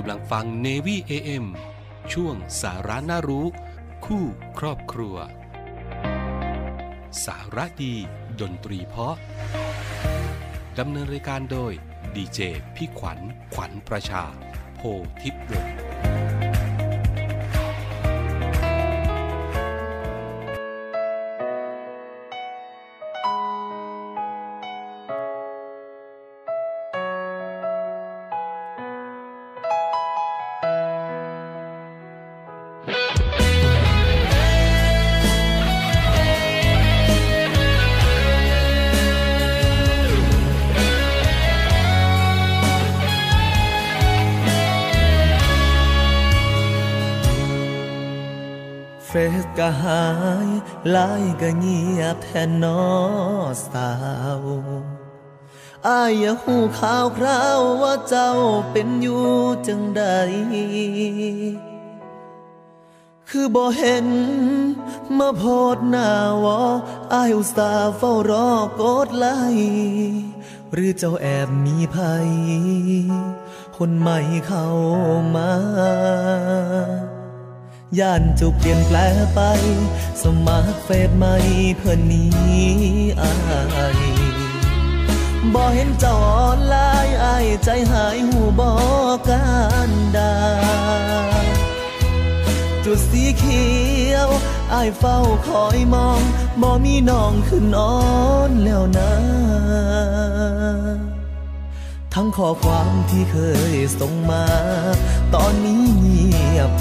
ำลังฟัง Navy AM ช่วงสาระน่ารู้คู่ครอบครัวสาระดีดนตรีเพราะดำเนินรายการโดยดีเจพี่ขวัญประชาโพธิวงศ์เฟซก็หายไลน์ก็เงียบแทนน้อสาวอ้ายอยากฮู้ข่าวคราวว่าเจ้าเป็นอยู่จังใดคือบ่เห็นมาโพสต์หน้าวออ้ายอุตส่าห์เฝ้ารอกดไลค์หรือเจ้าแอบมีภัยคนใหม่เข้ามาย่านเจ้าเปลี่ยนแปลไปสมัครเฟซใหม่เพื่อนนี้อ้ายบ่เห็นเจ้าออนไลน์อ้ายใจหายหูบ่กันดาจุดสีเขียวอ้ายเฝ้าคอยมองบ่มีน้องขึ้นอ่อนแล้วนะทั้งข้อความที่เคยส่งมาตอนนี้เงียบไป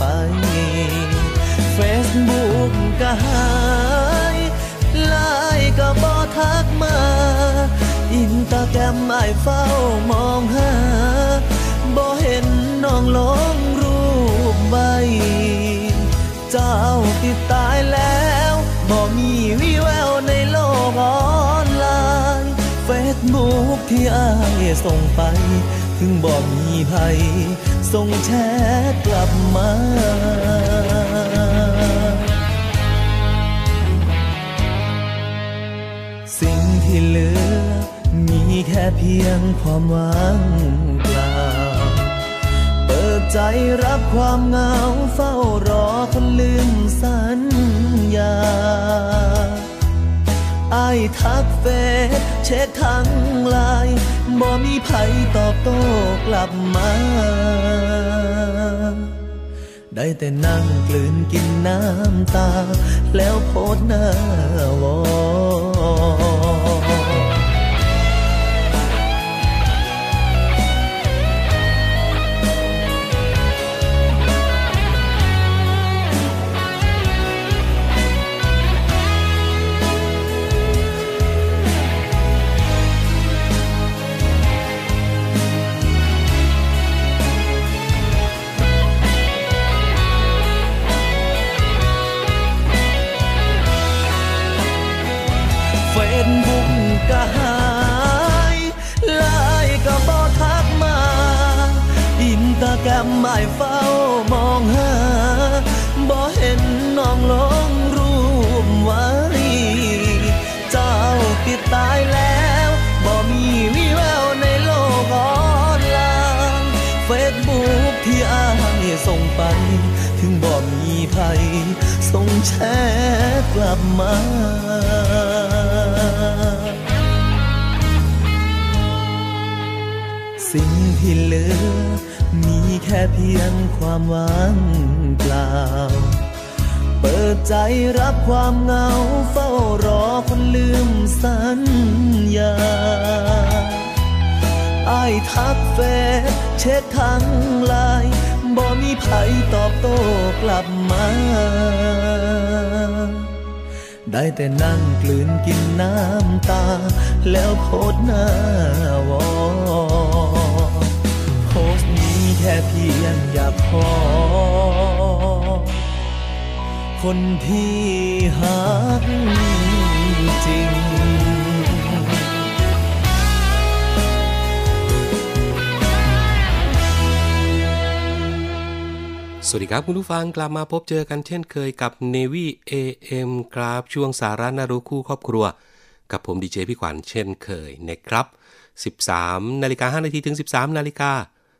Facebook ก็หายไลน์ก็บ่ทักมาอินสตาแกรมอ้ายเฝ้ามองหาบ่เห็นน้องลงรูปไว้เจ้าติดตายแล้วบ่มีวี่แววในโลกออนไลน์เฟซบุ๊กที่อ้ายส่งไปถึงบ่มีภัยส่งแชทกลับมาสิ่งที่เหลือมีแค่เพียงความว่างเปล่าเปิดใจรับความเหงาเฝ้ารอคนลืมสัญญาอ้ายทักเฟซเช็คทั้งไลน์บ่มีไผตอบโต้กลับมาได้แต่นั่งกลืนกินน้ำตาแล้วโพสต์หน้าวอก็หายไลน์ก็บ่ทักมาอินสตาแกรมอ้ายเฝ้ามองหาบ่เห็นน้องลงรูปไว้เจ้าติดตายแล้วบ่มีวี่แววในโลกออนไลน์เฟซบุ๊กที่อ้ายส่งไปถึงบ่มีภัยส่งแชทกลับมาสิ่งที่เหลือมีแค่เพียงความว่างเปล่าเปิดใจรับความเหงาเฝ้ารอคนลืมสัญญาอ้ายทักเฟซเช็คทั้งไลน์บ่มีไผตอบโต้กลับมาได้แต่นั่งกลืนกินน้ำตาแล้วโพสต์หน้าวอโพสต์นี้แค่เพียงอยากขอคนที่หักจริงสวัสดีครับคุณผู้ฟังกลับมาพบเจอกันเช่นเคยกับ Navy AM ครับช่วงสาระน่ารู้คู่ครอบครัวกับผมดีเจพี่ขวัญเช่นเคยนะครับ 13:05 น.ถึง 13:30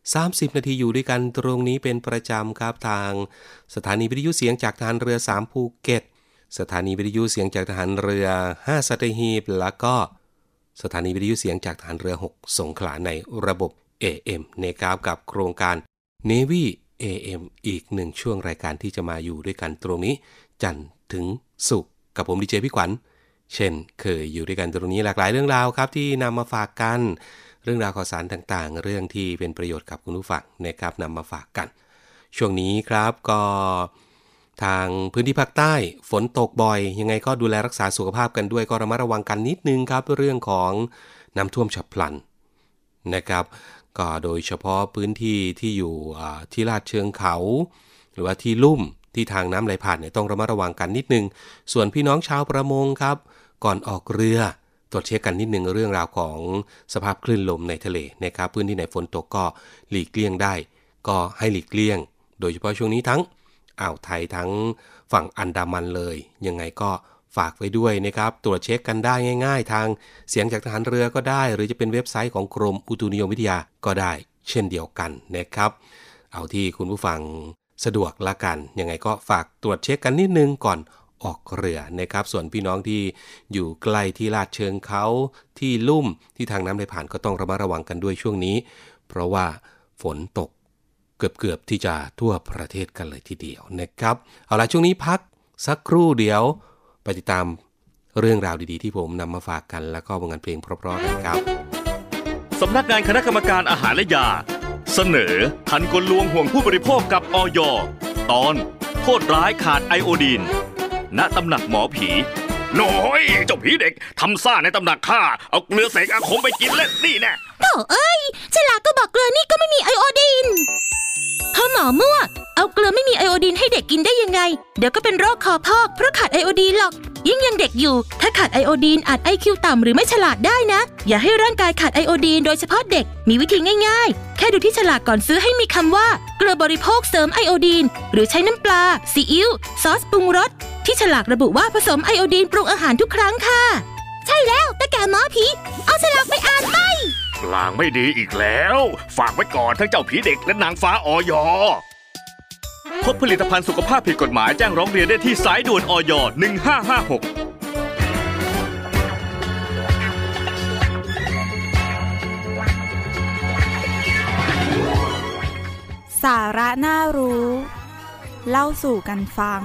30 นาทีอยู่ด้วยกันตรงนี้เป็นประจำครับทางสถานีวิทยุเสียงจากทหารเรือ3ภูเก็ตสถานีวิทยุเสียงจากทหารเรือ5สัตหีบแล้วก็สถานีวิทยุเสียงจากทหารเรือ6สงขลาในระบบ AM นะครับกับโครงการ Navy AM อีกหนึ่งช่วงรายการที่จะมาอยู่ด้วยกันตรงนี้จันทร์ถึงศุกร์กับผมดีเจพี่ขวัญเช่นเคยอยู่ด้วยกันตรงนี้หลากหลายเรื่องราวครับที่นำมาฝากกันเรื่องราวข่าวสารต่างๆเรื่องที่เป็นประโยชน์กับคุณผู้ฟังนะครับนำมาฝากกันช่วงนี้ครับก็ทางพื้นที่ภาคใต้ฝนตกบ่อยยังไงก็ดูแลรักษาสุขภาพกันด้วยก็ระมัดระวังกันนิดนึงครับเรื่องของน้ำท่วมฉับพลันนะครับก็โดยเฉพาะพื้นที่ที่อยู่ที่ลาดเชิงเขาหรือว่าที่ลุ่มที่ทางน้ำไหลผ่านเนี่ยต้องระมัดระวังกันนิดนึงส่วนพี่น้องชาวประมงครับก่อนออกเรือตรวจเช็คกันนิดนึงเรื่องราวของสภาพคลื่นลมในทะเลนะครับพื้นที่ไหนฝนตกก็หลีกเลี่ยงได้ก็ให้หลีกเลี่ยงโดยเฉพาะช่วงนี้ทั้งอ่าวไทยทั้งฝั่งอันดามันเลยยังไงก็ฝากไว้ด้วยนะครับตรวจเช็คกันได้ง่ายๆทางเสียงจากทหารเรือก็ได้หรือจะเป็นเว็บไซต์ของกรมอุตุนิยมวิทยาก็ได้เช่นเดียวกันนะครับเอาที่คุณผู้ฟังสะดวกละกันยังไงก็ฝากตรวจเช็คกันนิดนึงก่อนออกเรือนะครับส่วนพี่น้องที่อยู่ใกล้ที่ลาดเชิงเขาที่ลุ่มที่ทางน้ำไหลผ่านก็ต้องระมัดระวังกันด้วยช่วงนี้เพราะว่าฝนตกเกือบที่จะทั่วประเทศกันเลยทีเดียวนะครับเอาล่ะช่วงนี้พักสักครู่เดียวไปติดตามเรื่องราวดีๆที่ผมนำมาฝากกันแล้วก็วงงานเพลงเพราะๆกันครับสำนักงานคณะกรรมการอาหารและยาเสนอทันกลลวงห่วงผู้บริโภคกับอย.ตอนโทษร้ายขาดไอโอดีนณตำหนักหมอผีน้อยเจ้าผีเด็กทำซ่าในตำหนักข้าเอาเกลือเสกอาคมไปกินเล่นนี่แน่โถ่เอ้ยฉลากก็บอกเกลือนี่ก็ไม่มีไอโอดีนพ่อหมอมั่วเอาเกลือไม่มีไอโอดีนให้เด็กกินได้ยังไงเดี๋ยวก็เป็นโรคคอพอกเพราะขาดไอโอดีนหรอกยิ่งยังเด็กอยู่ถ้าขาดไอโอดีนอาจ IQ ต่ำหรือไม่ฉลาดได้นะอย่าให้ร่างกายขาดไอโอดีนโดยเฉพาะเด็กมีวิธีง่ายๆแค่ดูที่ฉลากก่อนซื้อให้มีคำว่าเกลือบริโภคเสริมไอโอดีนหรือใช้น้ำปลาซีอิ๊วซอสปรุงรสที่ฉลากระบุว่าผสมไอโอดีนปรุงอาหารทุกครั้งค่ะใช่แล้วตะแก่หมอผีเอาฉลากไปอ่านไปลางไม่ดีอีกแล้วฝากไว้ก่อนทั้งเจ้าผีเด็กและนางฟ้าอย.พบผลิตภัณฑ์สุขภาพผิดกฎหมายแจ้งร้องเรียนได้ที่สายด่วนอย 1556 สาระน่ารู้เล่าสู่กันฟัง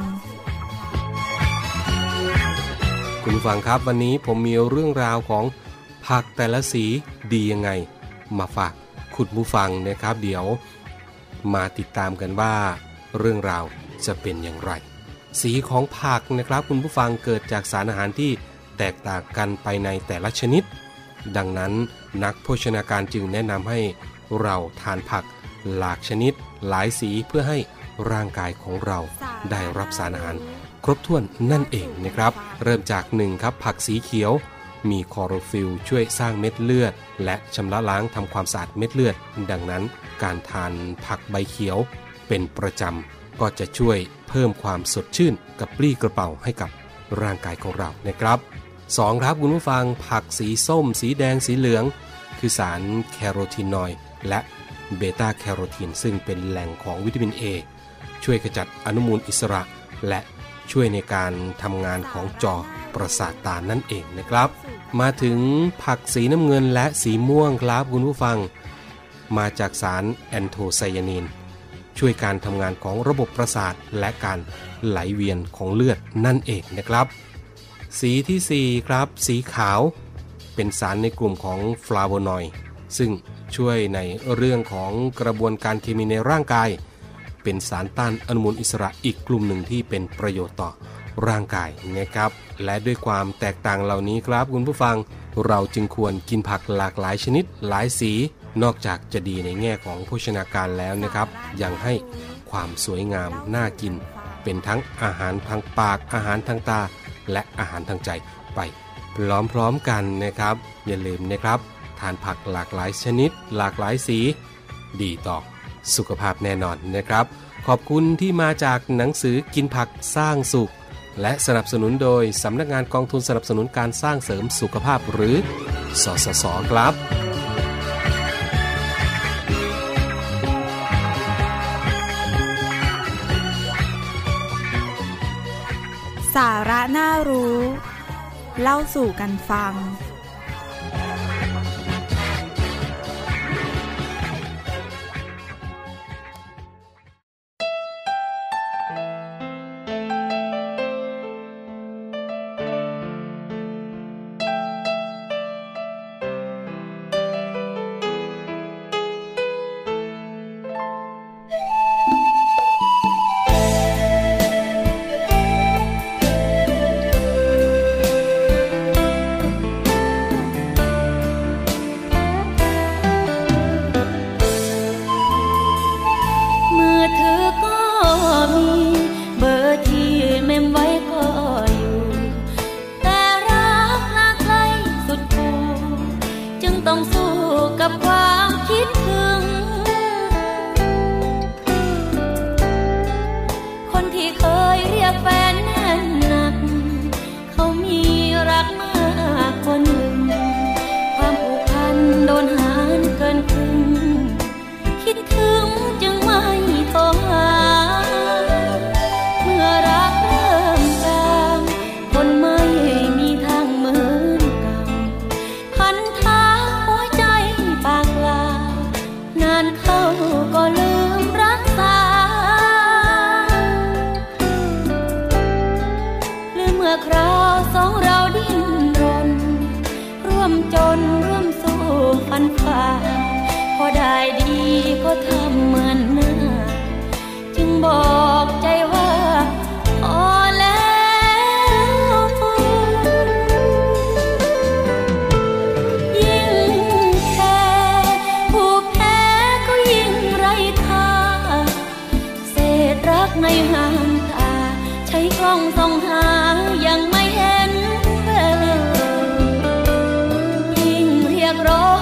คุณผู้ฟังครับวันนี้ผมมีเรื่องราวของผักแต่ละสีดียังไงมาฝากคุณผู้ฟังนะครับเดี๋ยวมาติดตามกันว่าเรื่องราวจะเป็นอย่างไรสีของผักนะครับคุณผู้ฟังเกิดจากสารอาหารที่แตกต่างกันไปในแต่ละชนิดดังนั้นนักโภชนาการจึงแนะนำให้เราทานผักหลากชนิดหลายสีเพื่อให้ร่างกายของเราได้รับสารอาหารครบถ้วนนั่นเองนะครับเริ่มจาก1ครับผักสีเขียวมีคลอโรฟิลช่วยสร้างเม็ดเลือดและชำระล้างทำความสะอาดเม็ดเลือดดังนั้นการทานผักใบเขียวเป็นประจำก็จะช่วยเพิ่มความสดชื่นกระปรี้กระเป๋าให้กับร่างกายของเรานะครับ2ครับคุณผู้ฟังผักสีส้มสีแดงสีเหลืองคือสารแคโรทีนอยด์และเบต้าแคโรทีนซึ่งเป็นแหล่งของวิตามิน A ช่วยขจัดอนุมูลอิสระและช่วยในการทำงานของจอประสาทตานั่นเองนะครับมาถึงผักสีน้ำเงินและสีม่วงครับคุณผู้ฟังมาจากสารแอนโทไซยานีนช่วยการทำงานของระบบประสาทและการไหลเวียนของเลือดนั่นเองนะครับสีที่4ครับสีขาวเป็นสารในกลุ่มของฟลาโวนอยด์ซึ่งช่วยในเรื่องของกระบวนการเคมีในร่างกายเป็นสารต้านอนุมูลอิสระอีกกลุ่มหนึ่งที่เป็นประโยชน์ต่อร่างกายนะครับและด้วยความแตกต่างเหล่านี้ครับคุณผู้ฟังเราจึงควรกินผักหลากหลายชนิดหลายสีนอกจากจะดีในแง่ของโภชนาการแล้วนะครับยังให้ความสวยงามน่ากินเป็นทั้งอาหารทางปากอาหารทางตาและอาหารทางใจไปพร้อมๆกันนะครับอย่าลืมนะครับทานผักหลากหลายชนิดหลากหลายสีดีต่อสุขภาพแน่นอนนะครับขอบคุณที่มาจากหนังสือกินผักสร้างสุขและสนับสนุนโดยสำนักงานกองทุนสนับสนุนการสร้างเสริมสุขภาพหรือสสสครับสาระน่ารู้เล่าสู่กันฟังพอได้ดีก็ทำเหมือนหน้าจึงบอกใจว่าพอแล้วยิ่งแค่ผู้แพ้ก็ยิ่งไร้ค่าเศษรักในห้างตาใช้กล้องส่องหายังไม่เห็นยิ่งเรียกร้อง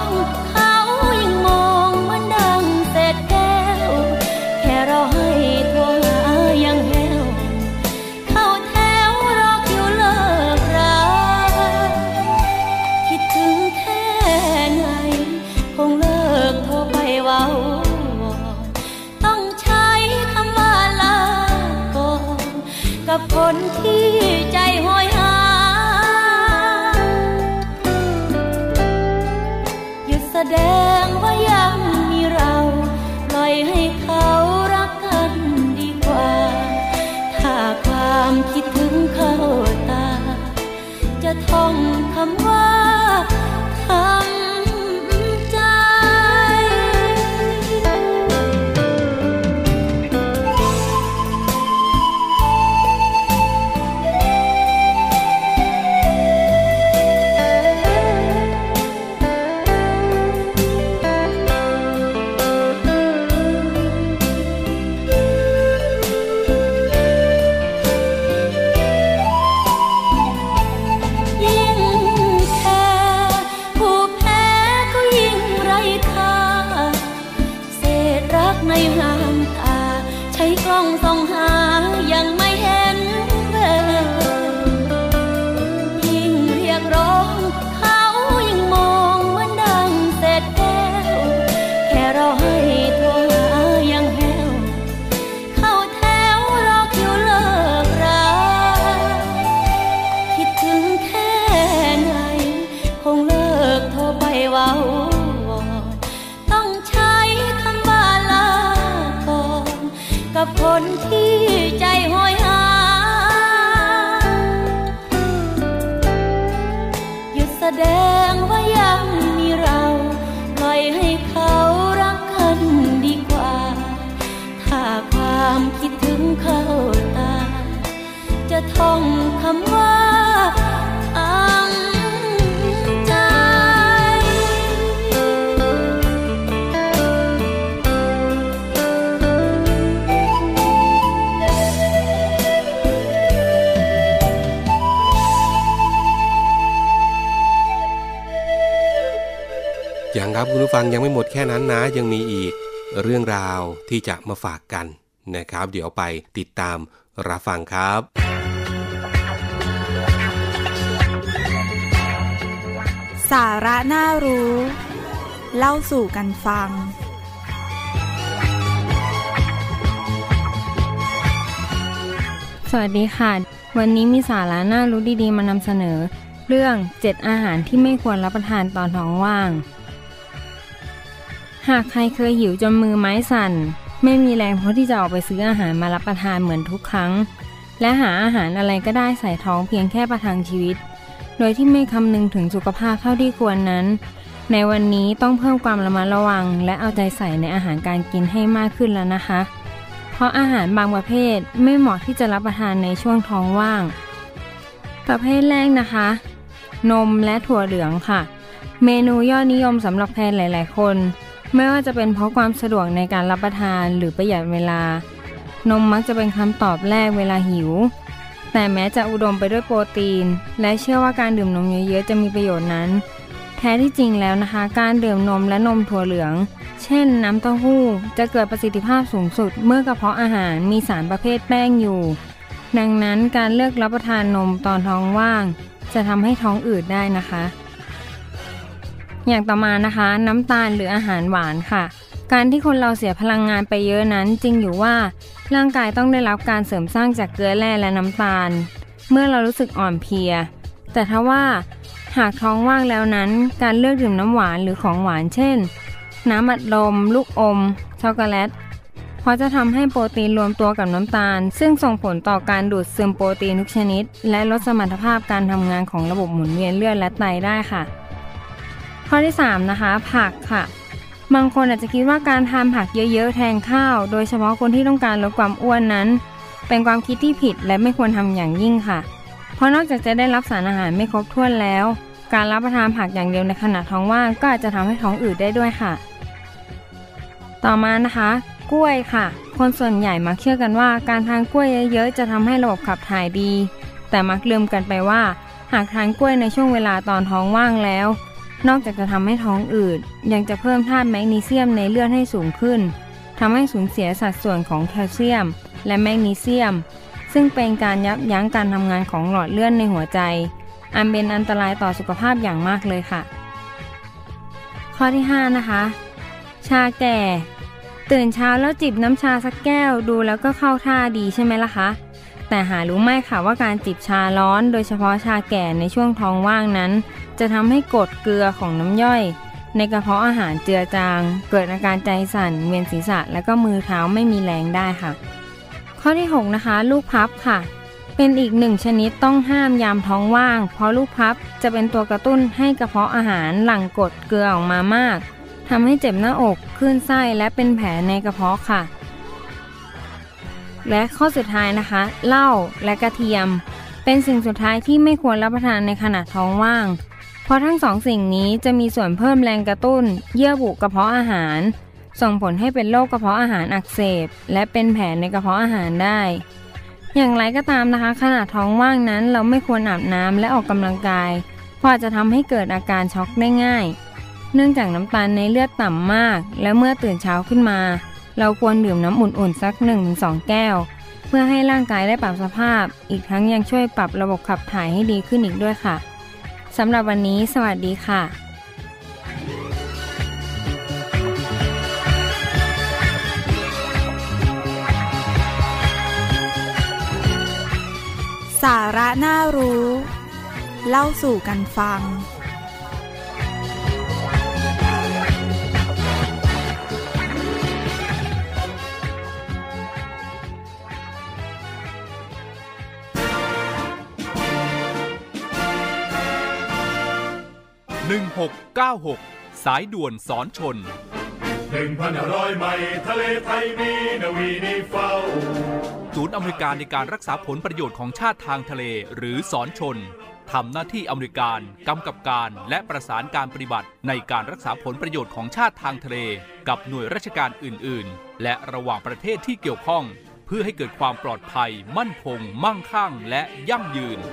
กับคนที่ใจห้อยหาหยุดแสดงว่ายังมีเราปล่อยให้เขารักกันดีกว่าถ้าความคิดถึงเข้าตาจะท่องคำว่าทำใจส่องหายังไม่เห็นแววยิ่งเรียกร้องเขายิ่งมองเหมือนดังเศษแก้วแค่รอให้โทรหายังแห้วเข้าแถวรอคิวเลิกราคิดถึงแค่ไหนคงเลิกโทรไปเว้าต้องใช้คำว่าลาก่อนกับคนที่ใจห้อยหาหยุดแสดงว่ายังมีเราปล่อยให้เขารักกันดีกว่าถ้าความคิดถึงเข้าตาจะท่องคำว่าใจอย่างครับคุณผู้ฟังยังไม่หมดแค่นั้นนะยังมีอีกเรื่องราวที่จะมาฝากกันนะครับเดี๋ยวไปติดตามรับฟังครับสาระน่ารู้เล่าสู่กันฟังสวัสดีค่ะวันนี้มีสาระน่ารู้ดีๆมานำเสนอเรื่อง7อาหารที่ไม่ควรรับประทานตอนท้องว่างหากใครเคยหิวจนมือไม้สั่นไม่มีแรงพอที่จะออกไปซื้ออาหารมารับประทานเหมือนทุกครั้งและหาอาหารอะไรก็ได้ใส่ท้องเพียงแค่ประทังชีวิตโดยที่ไม่คำนึงถึงสุขภาพเท่าที่ควรนั้นในวันนี้ต้องเพิ่มความระมัดระวังและเอาใจใส่ในอาหารการกินให้มากขึ้นแล้วนะคะเพราะอาหารบางประเภทไม่เหมาะที่จะรับประทานในช่วงท้องว่างประเภทแรกนะคะนมและถั่วเหลืองค่ะเมนูยอดนิยมสำหรับแพนหลายๆคนไม่ว่าจะเป็นเพราะความสะดวกในการรับประทานหรือประหยัดเวลานมมักจะเป็นคำตอบแรกเวลาหิวแต่แม้จะอุดมไปด้วยโปรตีนและเชื่อว่าการดื่มนมเยอะๆจะมีประโยชน์นั้นแท้ที่จริงแล้วนะคะการดื่มนมและนมถั่วเหลืองเช่นน้ำเต้าหู้จะเกิดประสิทธิภาพสูงสุดเมื่อกระเพาะอาหารมีสารประเภทแป้งอยู่ดังนั้นการเลือกรับประทานนมตอนท้องว่างจะทำให้ท้องอืดได้นะคะอย่างต่อมานะคะน้ำตาลหรืออาหารหวานค่ะการที่คนเราเสียพลังงานไปเยอะนั้นจริงอยู่ว่าร่างกายต้องได้รับการเสริมสร้างจากเกลือแร่และน้ำตาลเมื่อเรารู้สึกอ่อนเพลียแต่ถ้าว่าหากท้องว่างแล้วนั้นการเลือกดื่มน้ำหวานหรือของหวานเช่นน้ำอัดลมลูกอมช็อกโกแลตเพราะจะทำให้โปรตีนรวมตัวกับน้ำตาลซึ่งส่งผลต่อการดูดซึมโปรตีนทุกชนิดและลดสมรรถภาพการทำงานของระบบหมุนเวียนเลือดและไตได้ค่ะข้อที่3นะคะผักค่ะบางคนอาจจะคิดว่าการทานผักเยอะๆแทนข้าวโดยเฉพาะคนที่ต้องการลดความอ้วนนั้นเป็นความคิดที่ผิดและไม่ควรทำอย่างยิ่งค่ะเพราะนอกจากจะได้รับสารอาหารไม่ครบถ้วนแล้วการรับประทานผักอย่างเดียวในขณะท้องว่างก็อาจจะทำให้ท้องอืดได้ด้วยค่ะต่อมานะคะกล้วยค่ะคนส่วนใหญ่มักเชื่อกันว่าการทานกล้วยเยอะๆจะทำให้ระบบขับถ่ายดีแต่มักลืมกันไปว่าหากทานกล้วยในช่วงเวลาตอนท้องว่างแล้วนอกจากจะทำให้ท้องอืดยังจะเพิ่มธาตุแมกนีเซียมในเลือดให้สูงขึ้นทำให้สูญเสียสัดส่วนของแคลเซียมและแมกนีเซียมซึ่งเป็นการยับยั้งการทำงานของหลอดเลือดในหัวใจอันเป็นอันตรายต่อสุขภาพอย่างมากเลยค่ะข้อที่5นะคะชาแก่ตื่นเช้าแล้วจิบน้ำชาสักแก้วดูแล้วก็เข้าท่าดีใช่ไหมล่ะคะแต่หารู้ไหมค่ะว่าการจิบชาร้อนโดยเฉพาะชาแก่ในช่วงท้องว่างนั้นจะทำให้กรดเกลือของน้ำย่อยในกระเพาะอาหารเจือจางเกิดอาการใจสั่นเวียนศีรษะและก็มือเท้าไม่มีแรงได้ค่ะข้อที่6นะคะลูกพลับค่ะเป็นอีก1ชนิดต้องห้ามยามท้องว่างเพราะลูกพลับจะเป็นตัวกระตุ้นให้กระเพาะอาหารหลั่งกรดเกลือออกมามากทำให้เจ็บหน้าอกคลื่นไส้และเป็นแผลในกระเพาะค่ะและข้อสุดท้ายนะคะเหล้าและกระเทียมเป็นสิ่งสุดท้ายที่ไม่ควรรับประทานในขณะท้องว่างเพราะทั้ง2สิ่งนี้จะมีส่วนเพิ่มแรงกระตุ้นเยื่อบุกระเพาะอาหารส่งผลให้เป็นโรคกระเพาะอาหารอักเสบและเป็นแผลในกระเพาะอาหารได้อย่างไรก็ตามนะคะขณะท้องว่างนั้นเราไม่ควรอาบน้ำและออกกำลังกายเพราะอาจจะทำให้เกิดอาการช็อกได้ง่ายเนื่องจากน้ำตาลในเลือดต่ำมากและเมื่อตื่นเช้าขึ้นมาเราควรดื่มน้ำอุ่นๆสัก 1-2 แก้วเพื่อให้ร่างกายได้ปรับสภาพอีกทั้งยังช่วยปรับระบบขับถ่ายให้ดีขึ้นอีกด้วยค่ะสำหรับวันนี้สวัสดีค่ะสาระน่ารู้เล่าสู่กันฟัง 1696 สายด่วนสอนชน 1,500 ไมล์ทะเลไทยมีนาวีนิเฝ้าศูนย์อเมริการในการรักษาผลประโยชน์ของชาติทางทะเลหรือสอนชนทำหน้าที่อเมริการกำกับการและประสานการปฏิบัติในการรักษาผลประโยชน์ของชาติทางทะเลกับหน่วยราชการอื่นๆและระหว่างประเทศที่เกี่ยวข้องเพื่อให้เกิดความปลอดภัยมั่นคงมั่งคั่งและยั่งยืน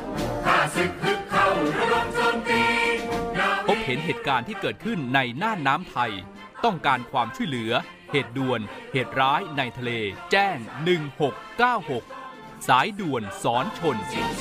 พบเห็นเหตุการณ์ที่เกิดขึ้นในน่านน้ำไทยต้องการความช่วยเหลือเหตุด่วนเหตุร้ายในทะเลแจ้ง1696สายด่วนสอนชน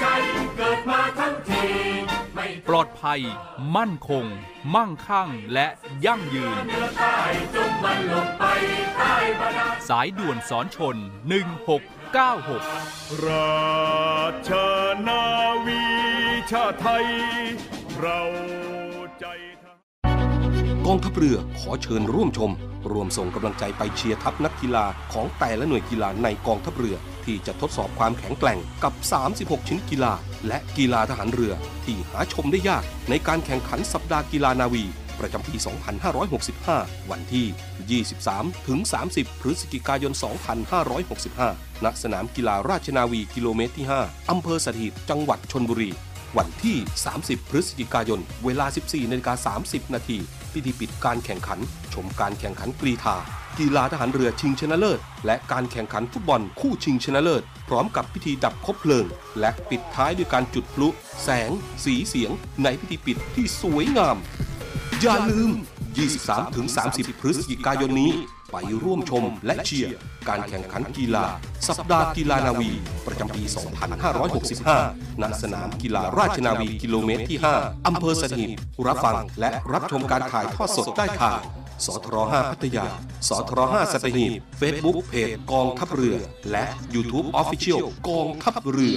ปลอดภัยมั่นคงมั่งคั่งและยั่งยืนสายด่วนสอนชน1696 96 ราชนาวีชาติไทยเราใจกองทัพเรือขอเชิญร่วมชมรวมส่งกำลังใจไปเชียร์ทัพนักกีฬาของแต่ละหน่วยกีฬาในกองทัพเรือที่จะทดสอบความแข็งแกร่งกับ36ชิ้นกีฬาและกีฬาทหารเรือที่หาชมได้ยากในการแข่งขันสัปดาห์กีฬานาวีประจำปี 2565 วันที่ 23-30 พฤศจิกายน 2565 ณ สนามกีฬาราชนาวีกิโลเมตรที่ 5 อำเภอสถิต จังหวัดชลบุรีวันที่ 30 พฤศจิกายน เวลา 14:30 น.พิธีปิดการแข่งขันชมการแข่งขันกรีฑากีฬาทหารเรือชิงชนะเลิศและการแข่งขันฟุตบอลคู่ชิงชนะเลิศพร้อมกับพิธีดับคบเพลิงและปิดท้ายด้วยการจุดพลุแสงสีเสียงในพิธีปิดที่สวยงามอย่าลืม 23-30 พฤศจิกายนนี้ไปร่วมชมและเชียร์การแข่งขันกีฬาสัปดาห์กีฬานาวีประจำปี 2565 ณ สนามกีฬาราชนาวีกิโลเมตรที่ 5 อำเภอสถิต รับฟังและรับชมการถ่ายทอดสดได้ทางสทร5พัทยาสทร5สัตหีบ Facebook เพจกองทัพเรือและ YouTube Official กองทัพเรือ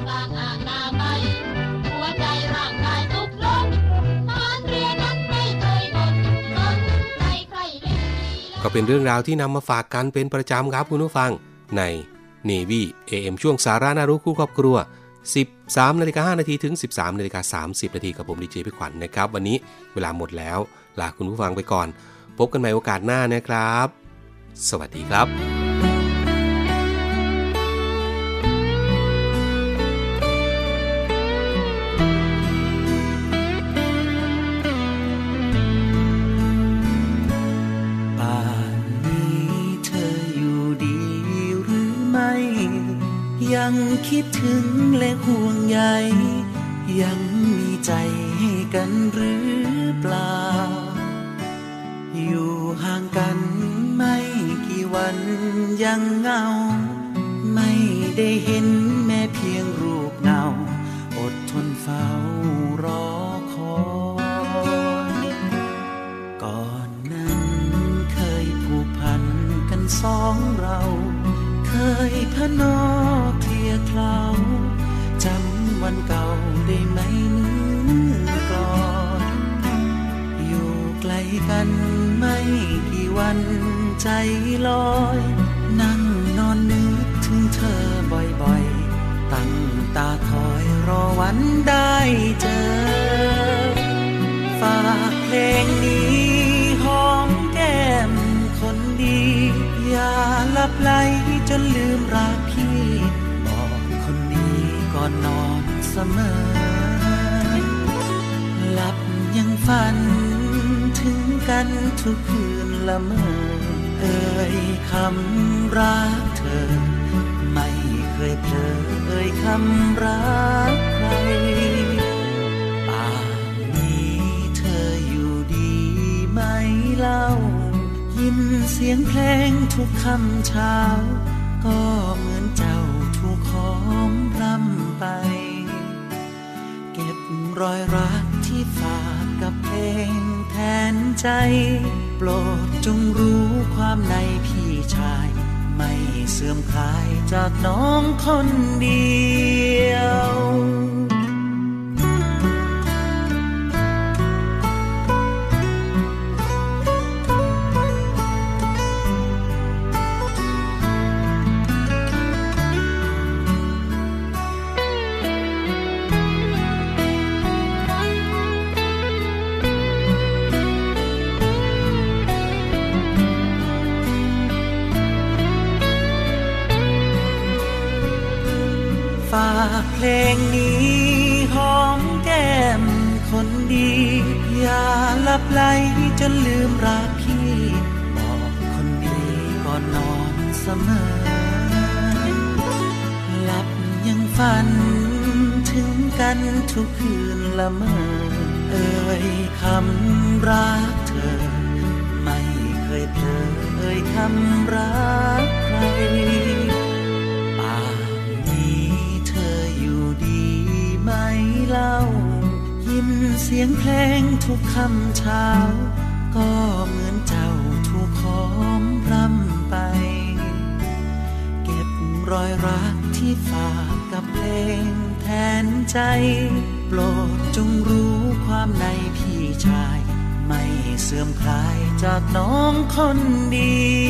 ก็เป็นเรื่องราวที่นำมาฝากกันเป็นประจำครับคุณผู้ฟังใน Navy AM ช่วงสาระน่ารู้คู่ครอบครัว 13:05 น.ถึง 13:30 น.กับผมดีเจพี่ขวัญนะครับวันนี้เวลาหมดแล้วลาคุณผู้ฟังไปก่อนพบกันใหม่โอกาสหน้านะครับสวัสดีครับยังคิดถึงและห่วงใยยังมีใจให้กันหรือเปล่าอยู่ห่างกันไม่กี่วันยังเหงาไม่ได้เห็นแม้เพียงรูปเงาอดทนเฝ้ารอคอยก่อนนั้นเคยผูกพันกันสองเราเคยพนอเคลียร์เคล้าจำวันเก่าได้ไหมนึกก่อนอยู่ไกลกันไม่กี่วันใจลอยนั่งนอนนึกถึงเธอบ่อยๆตั้งตาคอยรอวันได้เจอฝากเพลงนี้หอมแก้มคนดีอย่าหลับไหลจนลืมรักพี่บอกคนนี้ก่อนนอนเสมอหลับยังฝันถึงกันทุกคืนละเมอเอ่ยคำรักเธอไม่เคยเผลอเอ่ยคำรักใครป่านนี้เธออยู่ดีไหมเล่ายินเสียงเพลงทุกคำเช้าก็เหมือนเจ้าถูกหอมรำไปเก็บรอยรักที่ฝากกับเพลงแทนใจโปรดจงรู้ความในพี่ชายไม่เสื่อมคลายจากน้องคนเดียวฝากเพลงนี้หอมแก้มคนดีอย่าหลับไหลจนลืมรักพี่บอกคนดีก่อนนอนเสมอหลับยังฝันถึงกันทุกคืนละเมอเอ่ยคำรักเธอไม่เคยเผลอเอ่ยคำรักใครเล่ายินเสียงเพลงทุกคำเช้าก็เหมือนเจ้าถูกหอมรำไปเก็บรรอยรักที่ฝากกับเพลงแทนใจโปรดจงรู้ความในพี่ชายไม่เสื่อมคลายจากน้องคนดี